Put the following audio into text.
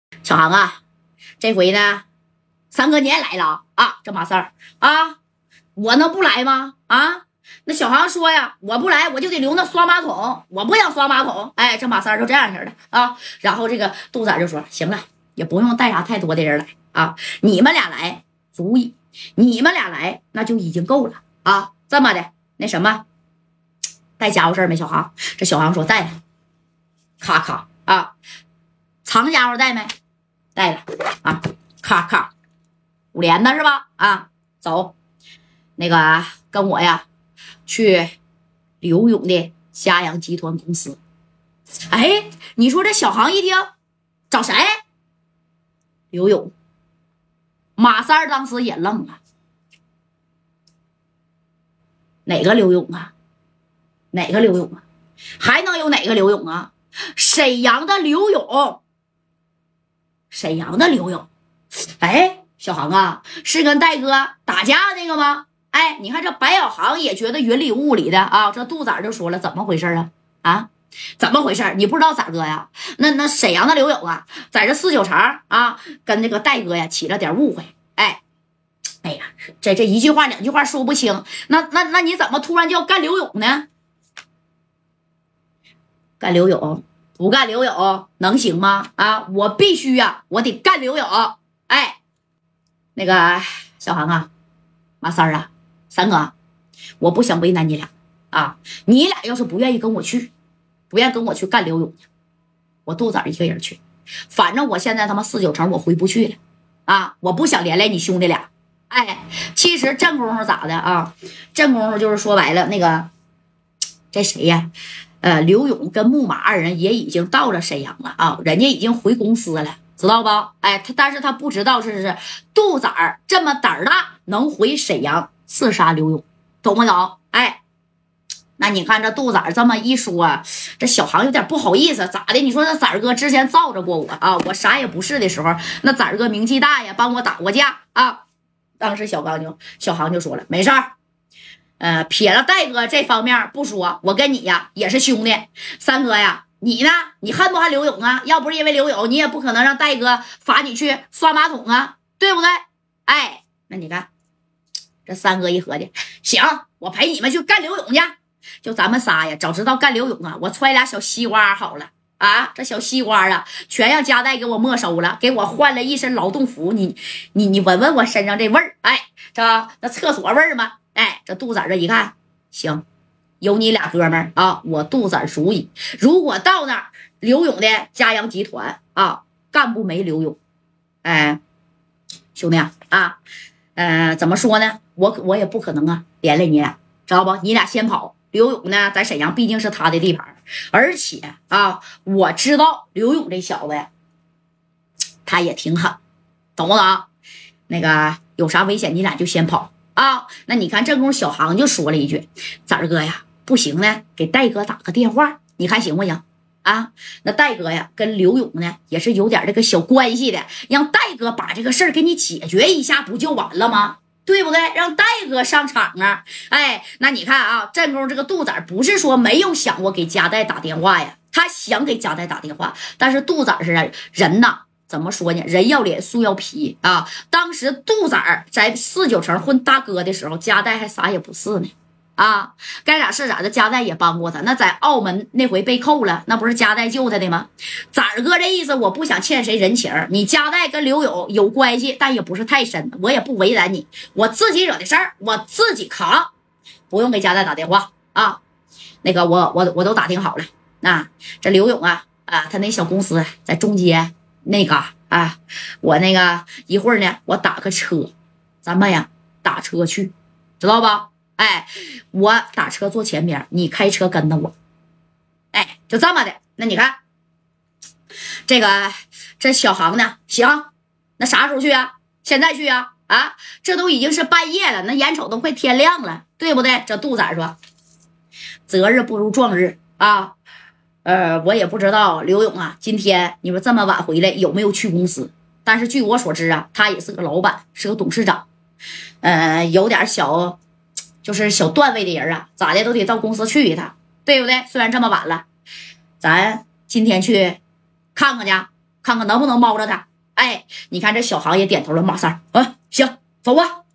小航啊，这回呢，三哥你也来了啊？这嘛事儿啊？我能不来吗？啊？那小航说呀，我不来我就得留那刷马桶，我不想刷马桶。哎，这马三儿就这样式的啊。然后这个杜仔就说，行了，也不用带啥太多的人来啊，你们俩来足矣，你们俩来那就已经够了啊。这么的，那什么，带家伙事儿没？小航，这小航说带了，咔咔啊，藏家伙带没？带了啊，咔咔，5连的是吧？啊，走，那个跟我呀去刘勇的嘉阳集团公司。哎，你说这小航一听，找谁？刘勇。马三儿当时也愣了，哪个刘勇啊？哪个刘勇啊？还能有哪个刘勇啊？沈阳的刘勇。沈阳的刘勇。哎，小航啊，是跟戴哥打架那个吗？哎，你看这白小航也觉得云里雾里的啊。这杜仔就说了，怎么回事啊？啊，怎么回事？你不知道咋哥呀？那沈阳的刘勇啊，在这49城啊，跟那个戴哥呀起了点误会。哎呀，这一句话两句话说不清。那你怎么突然就要干刘勇呢？干刘勇？不干刘勇能行吗？啊，我必须呀，我得干刘勇。哎，那个小航啊，马三儿啊，三哥，我不想为难你俩啊。你俩要是不愿意跟我去，不愿跟我去干刘勇，我杜仔一个人去。反正我现在他妈49城我回不去了啊，我不想连累你兄弟俩。哎，其实正功夫咋的啊？正功夫就是说白了，那个这谁呀？刘勇跟木马二人也已经到了沈阳了啊，人家已经回公司了，知道不？哎，但是他不知道是杜仔儿这么胆儿大，能回沈阳刺杀刘勇，懂不懂？哎，那你看这杜仔儿这么一说，这小航有点不好意思，咋的？你说这崽儿哥之前罩着过我啊，我啥也不是的时候，那崽儿哥名气大呀，帮我打过架啊。当时小航就说了，没事儿。撇了戴哥这方面不说，我跟你呀也是兄弟。三哥呀，你呢？你恨不恨刘勇啊？要不是因为刘勇，你也不可能让戴哥罚你去刷马桶啊，对不对？哎，那你看，这三哥一合计，行，我陪你们去干刘勇去。就咱们仨呀，早知道干刘勇啊，我揣俩小西瓜好了啊！这小西瓜啊，全让家代给我没收了，给我换了一身劳动服。你闻闻我身上这味儿，哎，那厕所味儿吗？哎，这杜仔这一看，行，有你俩哥们儿啊，我杜仔主意。如果到那儿刘勇的嘉阳集团啊，干不没刘勇，哎，兄弟啊，怎么说呢？我也不可能啊连累你俩，知道不？你俩先跑。刘勇呢，在沈阳毕竟是他的地盘，而且啊，我知道刘勇这小子他也挺狠，懂不懂？那个有啥危险，你俩就先跑。啊，那你看正宫小航就说了一句，崽儿哥呀，不行呢，给戴哥打个电话，你看行不行啊？那戴哥呀跟刘勇呢也是有点这个小关系的，让戴哥把这个事儿给你解决一下不就完了吗？对不对？让戴哥上场啊。哎，那你看啊，正宫这个杜仔不是说没有想过给家代打电话呀，他想给家代打电话，但是杜仔是人呐，怎么说呢？人要脸，树要皮啊！当时杜仔在49城混大哥的时候，家代还啥也不是呢，啊，该咋是咋的，家代也帮过他。那在澳门那回被扣了，那不是家代救他的吗？崽儿哥这意思，我不想欠谁人情，你家代跟刘勇有关系，但也不是太深，我也不为难你，我自己惹的事儿，我自己扛，不用给家代打电话啊。那个我都打听好了，那这刘勇啊，他那小公司在中街。那个啊，我那个一会儿呢，我打个车，咱们呀打车去，知道吧？哎，我打车坐前边，你开车跟着我，哎，就这么的。那你看，这小航呢，行，那啥时候去啊？现在去啊？啊，这都已经是半夜了，那眼瞅都快天亮了，对不对？这杜仔说，择日不如撞日啊。我也不知道刘勇啊，今天你说这么晚回来有没有去公司？但是据我所知啊，他也是个老板，是个董事长，有点小，就是小段位的人啊，咋的都得到公司去一趟，对不对？虽然这么晚了，咱今天去看看去， 看看能不能猫着他。哎，你看这小航也点头了，马三儿啊，行，走吧。